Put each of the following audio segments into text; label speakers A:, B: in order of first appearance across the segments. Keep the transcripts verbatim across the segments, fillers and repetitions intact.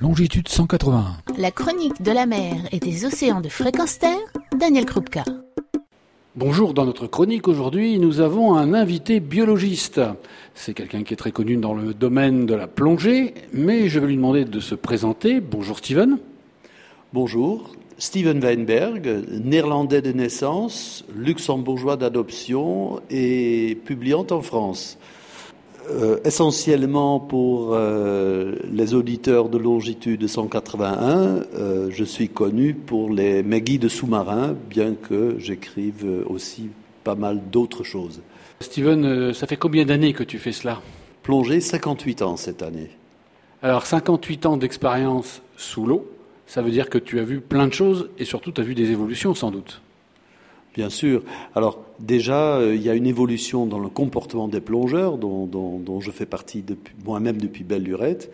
A: longitude cent quatre-vingt-un.
B: La chronique de la mer et des océans de fréquence terre, Daniel Krupka.
A: Bonjour, dans notre chronique aujourd'hui, nous avons un invité biologiste. C'est quelqu'un qui est très connu dans le domaine de la plongée, mais je vais lui demander de se présenter. Bonjour Steven.
C: Bonjour, Steven Wijnberg, néerlandais de naissance, luxembourgeois d'adoption et publiant en France. Euh, essentiellement pour euh, les auditeurs de longitude cent quatre-vingt-un, euh, je suis connu pour les, mes guides sous-marins, bien que j'écrive aussi pas mal d'autres choses.
A: Steven, euh, ça fait combien d'années que tu fais cela ?
C: Plongé cinquante-huit ans cette année.
A: Alors cinquante-huit ans d'expérience sous l'eau, ça veut dire que tu as vu plein de choses et surtout tu as vu des évolutions sans doute.
C: Bien sûr. Alors déjà, euh, il y a une évolution dans le comportement des plongeurs dont, dont, dont je fais partie depuis, moi-même depuis belle lurette.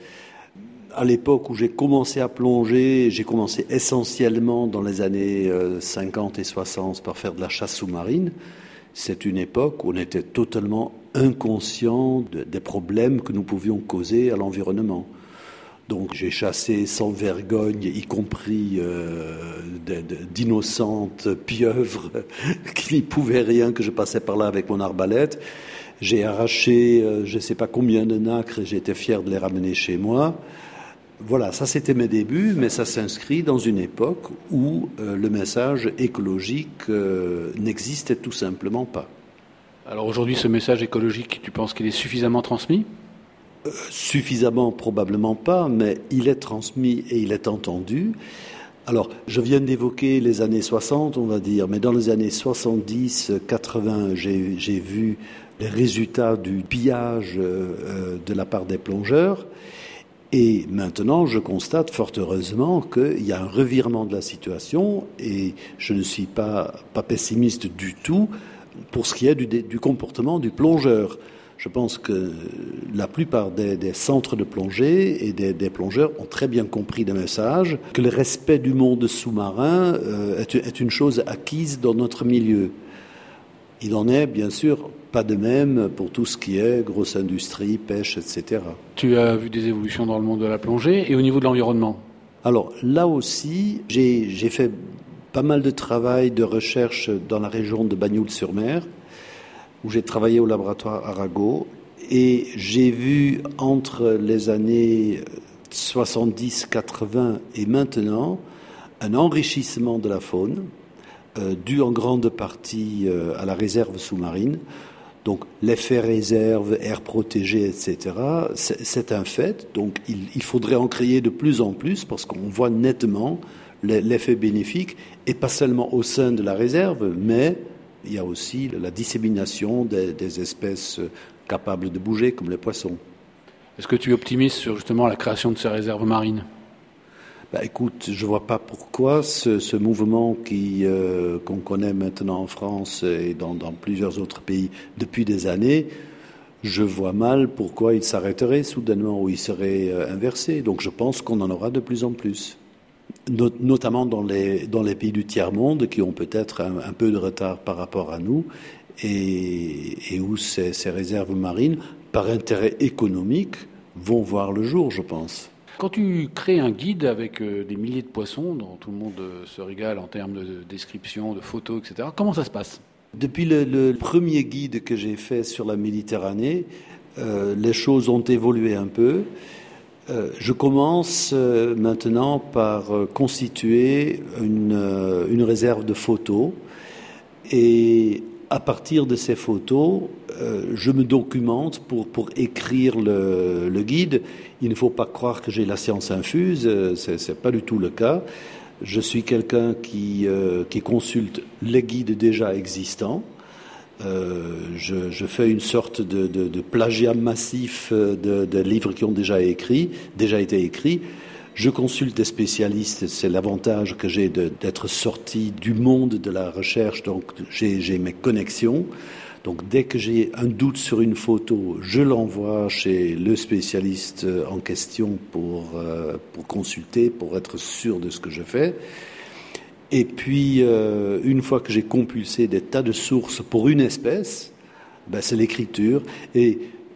C: À l'époque où j'ai commencé à plonger, j'ai commencé essentiellement dans les années euh, cinquante et soixante par faire de la chasse sous-marine. C'est une époque où on était totalement inconscient de, des problèmes que nous pouvions causer à l'environnement. Donc j'ai chassé sans vergogne, y compris euh, de, de, d'innocentes pieuvres qui n'y pouvaient rien, que je passais par là avec mon arbalète. J'ai arraché euh, je ne sais pas combien de nacres et j'étais fier de les ramener chez moi. Voilà, ça c'était mes débuts, mais ça s'inscrit dans une époque où euh, le message écologique euh, n'existait tout simplement pas.
A: Alors aujourd'hui, ce message écologique, tu penses qu'il est suffisamment transmis ?
C: Euh, suffisamment, probablement pas, mais il est transmis et il est entendu. Alors, je viens d'évoquer les années soixante, on va dire, mais dans les années soixante-dix, quatre-vingts, j'ai, j'ai vu les résultats du pillage euh, de la part des plongeurs. Et maintenant, je constate fort heureusement qu'il y a un revirement de la situation et je ne suis pas, pas pessimiste du tout pour ce qui est du, du comportement du plongeur. Je pense que la plupart des, des centres de plongée et des, des plongeurs ont très bien compris le message, que le respect du monde sous-marin euh, est, est une chose acquise dans notre milieu. Il en est, bien sûr, pas de même pour tout ce qui est grosse industrie, pêche, et cetera.
A: Tu as vu des évolutions dans le monde de la plongée et au niveau de l'environnement ?
C: Alors là aussi, j'ai, j'ai fait pas mal de travail de recherche dans la région de Bagnoul-sur-Mer, où j'ai travaillé au laboratoire Arago, et j'ai vu entre les années soixante-dix quatre-vingts et maintenant un enrichissement de la faune, euh, dû en grande partie euh, à la réserve sous-marine. Donc l'effet réserve, air protégé, et cetera, c'est, c'est un fait. Donc il, il faudrait en créer de plus en plus parce qu'on voit nettement l'effet bénéfique, et pas seulement au sein de la réserve, mais il y a aussi la dissémination des, des espèces capables de bouger, comme les poissons.
A: Est-ce que tu es optimiste sur justement la création de ces réserves marines ?
C: Bah, écoute, je ne vois pas pourquoi ce, ce mouvement qui, euh, qu'on connaît maintenant en France et dans, dans plusieurs autres pays depuis des années, je vois mal pourquoi il s'arrêterait soudainement ou il serait euh, inversé. Donc je pense qu'on en aura de plus en plus. Not- notamment dans les, dans les pays du tiers-monde qui ont peut-être un, un peu de retard par rapport à nous et, et où ces, ces réserves marines, par intérêt économique, vont voir le jour, je pense.
A: Quand tu crées un guide avec euh, des milliers de poissons, dont tout le monde euh, se régale en termes de, de description, de photos, et cetera, comment ça se passe ?
C: Depuis le, le premier guide que j'ai fait sur la Méditerranée, euh, les choses ont évolué un peu. Euh, je commence euh, maintenant par euh, constituer une, euh, une réserve de photos et à partir de ces photos, euh, je me documente pour, pour écrire le, le guide. Il ne faut pas croire que j'ai la science infuse, euh, c'est, c'est pas du tout le cas. Je suis quelqu'un qui, euh, qui consulte les guides déjà existants. Euh, je, je fais une sorte de, de, de plagiat massif de, de livres qui ont déjà, écrit, déjà été écrits. Je consulte des spécialistes, c'est l'avantage que j'ai de, d'être sorti du monde de la recherche, donc j'ai, j'ai mes connexions. Donc dès que j'ai un doute sur une photo, je l'envoie chez le spécialiste en question pour, euh, pour consulter, pour être sûr de ce que je fais. Et puis, euh, une fois que j'ai compulsé des tas de sources pour une espèce, ben c'est l'écriture. Et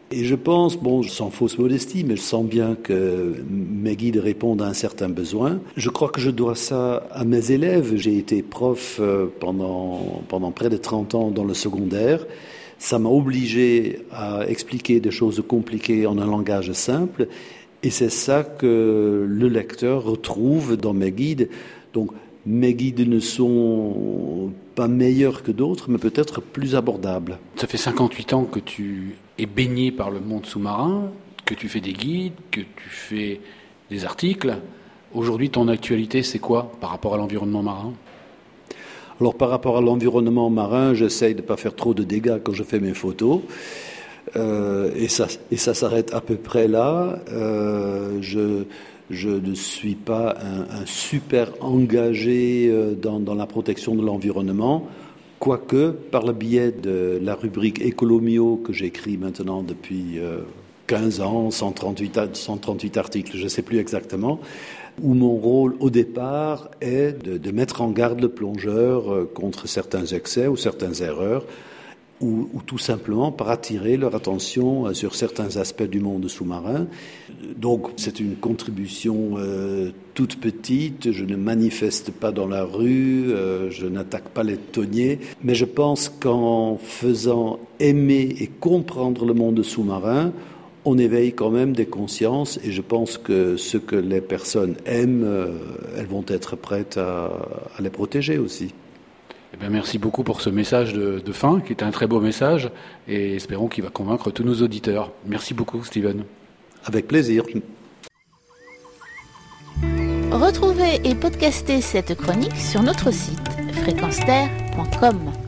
C: Et je pense, bon, sans fausse modestie, mais je sens bien que mes guides répondent à un certain besoin. Je crois que je dois ça à mes élèves. J'ai été prof pendant, pendant près de trente ans dans le secondaire. Ça m'a obligé à expliquer des choses compliquées en un langage simple. Et c'est ça que le lecteur retrouve dans mes guides. Donc, mes guides ne sont pas meilleurs que d'autres, mais peut-être plus abordables.
A: Ça fait cinquante-huit ans que tu es baigné par le monde sous-marin, que tu fais des guides, que tu fais des articles. Aujourd'hui, ton actualité, c'est quoi par rapport à l'environnement marin ?
C: Alors, par rapport à l'environnement marin, j'essaye de ne pas faire trop de dégâts quand je fais mes photos. Euh, et ça, et ça s'arrête à peu près là. Euh, je... Je ne suis pas un, un super engagé dans, dans la protection de l'environnement, quoique par le biais de la rubrique Écolomio que j'écris maintenant depuis quinze ans, cent trente-huit, cent trente-huit articles, je ne sais plus exactement, où mon rôle au départ est de, de mettre en garde le plongeur contre certains excès ou certaines erreurs, Ou, ou tout simplement par attirer leur attention sur certains aspects du monde sous-marin. Donc c'est une contribution euh, toute petite, je ne manifeste pas dans la rue, euh, je n'attaque pas les tonniers, mais je pense qu'en faisant aimer et comprendre le monde sous-marin, on éveille quand même des consciences, et je pense que ce que les personnes aiment, euh, elles vont être prêtes à, à les protéger aussi.
A: Eh bien, merci beaucoup pour ce message de, de fin, qui est un très beau message, et espérons qu'il va convaincre tous nos auditeurs. Merci beaucoup, Steven.
C: Avec plaisir.
B: Retrouvez et podcastez cette chronique sur notre site fréquence terre point com.